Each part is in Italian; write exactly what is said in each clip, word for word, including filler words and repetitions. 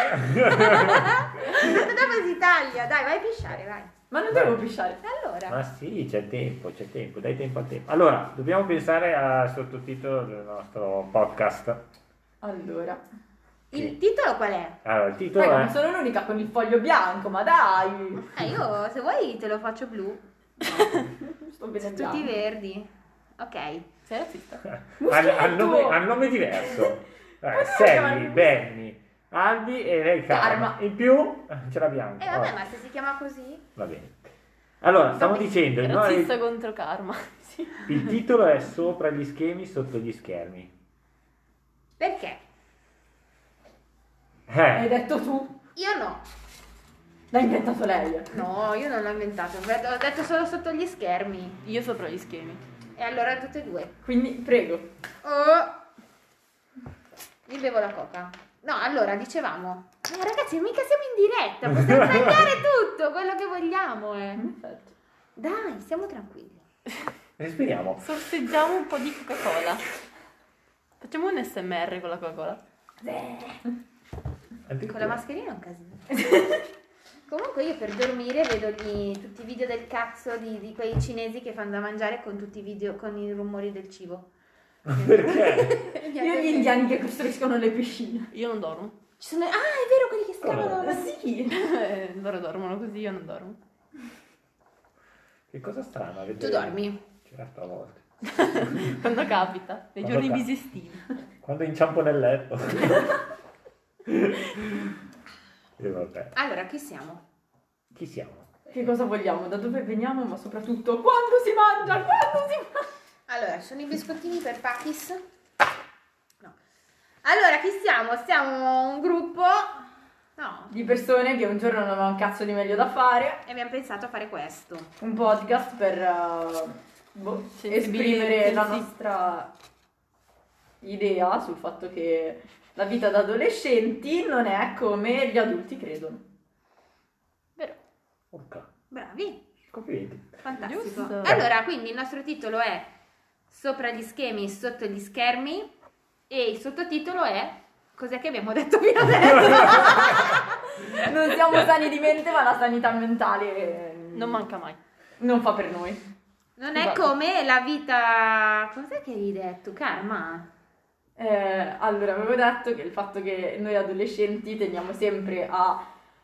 Dopo si taglia, dai, vai a pisciare, vai. Ma non devo pisciare. Allora. Ma sì, c'è tempo, c'è tempo, dai tempo al tempo. Allora, dobbiamo pensare al sottotitolo del nostro podcast. Allora. Il titolo qual è? Allora, il titolo Raga, è... ma sono l'unica con il foglio bianco, ma dai! Eh, io se vuoi te lo faccio blu. Sto bene Tutti bianco. verdi. Ok. Sei razzista? Al, al nome, al nome diverso. Eh, Poteva Sally, chiamarmi- Benny, Albi e lei Karma. Karma. In più eh, ce l'abbiamo. E vabbè, Oh, ma se si chiama così? va bene. Allora, stavo dicendo, il, Razzista il, contro Karma. Sì. il titolo è Sopra gli schemi, sotto gli schermi. Perché? Hai Eh, detto tu? Io no. L'ha inventato lei. No, io non l'ho inventato. Ho detto solo sotto gli schermi. Io sopra gli schemi. E allora tutte e due. Quindi, prego. Oh. Io bevo la coca. No, allora, dicevamo. Eh, ragazzi, mica siamo in diretta. Possiamo tagliare tutto, quello che vogliamo, eh. Perfetto. Dai, stiamo tranquilli. respiriamo. Sorseggiamo un po' di Coca-Cola. Facciamo un S M R con la Coca-Cola. Con la mascherina è un casino. Comunque io per dormire vedo gli- tutti i video del cazzo di, di quei cinesi che fanno da mangiare con tutti i video con i rumori del cibo. Perché? Io gli indiani che costruiscono le piscine. Io non dormo. Ci sono... Ah, è vero, quelli che scavano. Ma sì! Eh, loro dormono così, io non dormo. Che cosa strana vedere. Tu dormi? Certo, a volte. Quando capita, nei Quando giorni ca- bisestivi. Quando inciampo nel letto. E vabbè. Allora, chi siamo? Chi siamo? Che cosa vogliamo? Da dove veniamo? Ma soprattutto quando si mangia? Quando si mangia? Allora, sono i biscottini per Pakis? No. Allora, chi siamo? Siamo un gruppo... No. Di persone che un giorno non avevano un cazzo di meglio da fare. E abbiamo pensato a fare questo. Un podcast per uh, boh, Sensibili- esprimere la sensi- nostra idea sul fatto che la vita da adolescenti non è come gli adulti credono. Vero. Urca. Bravi. Complimenti. Fantastico. Giusto. Allora, quindi il nostro titolo è Sopra gli schemi, sotto gli schermi. E il sottotitolo è... Cos'è che abbiamo detto fino adesso? Non siamo sani di mente, ma la sanità mentale eh, Non manca mai. non fa per noi. Non è Esatto. come la vita... Cos'è che hai detto? Karma? Eh, allora, avevo detto che il fatto che noi adolescenti tendiamo sempre a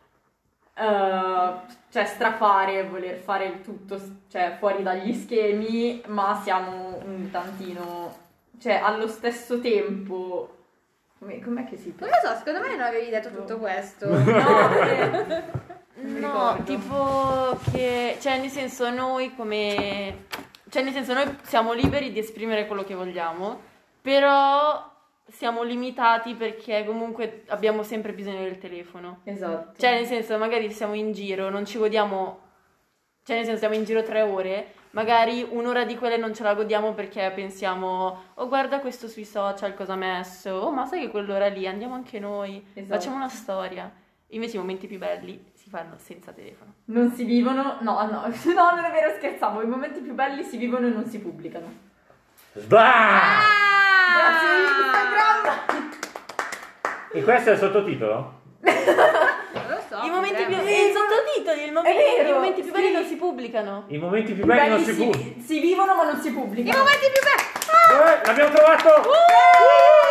eh, cioè strafare, voler fare il tutto cioè, fuori dagli schemi, ma siamo un tantino, cioè allo stesso tempo, come, com'è che si Non lo so, secondo me non avevi detto tutto questo. No, eh, non mi No, ricordo. tipo che, cioè nel senso noi come, cioè nel senso noi siamo liberi di esprimere quello che vogliamo, però siamo limitati perché comunque abbiamo sempre bisogno del telefono. Esatto. Cioè nel senso magari siamo in giro, non ci godiamo, cioè nel senso siamo in giro tre ore, magari un'ora di quelle non ce la godiamo perché pensiamo, oh guarda questo sui social cosa ha messo, oh ma sai che quell'ora lì andiamo anche noi, Esatto. facciamo una storia. Invece i momenti più belli si fanno senza telefono. Non si vivono, no, no, no, non è vero, scherzavo, i momenti più belli si vivono e non si pubblicano. Sbà! Grazie a Instagram! E questo è il sottotitolo? Non lo so. I momenti più, vedremo. il sottotitoli, il momento- È vero, i momenti più belli sì. non si pubblicano. I momenti più I belli non belli si si, pubblicano. si vivono ma non si I pubblicano. momenti più belli. Ah! Eh, l'abbiamo trovato! Uh!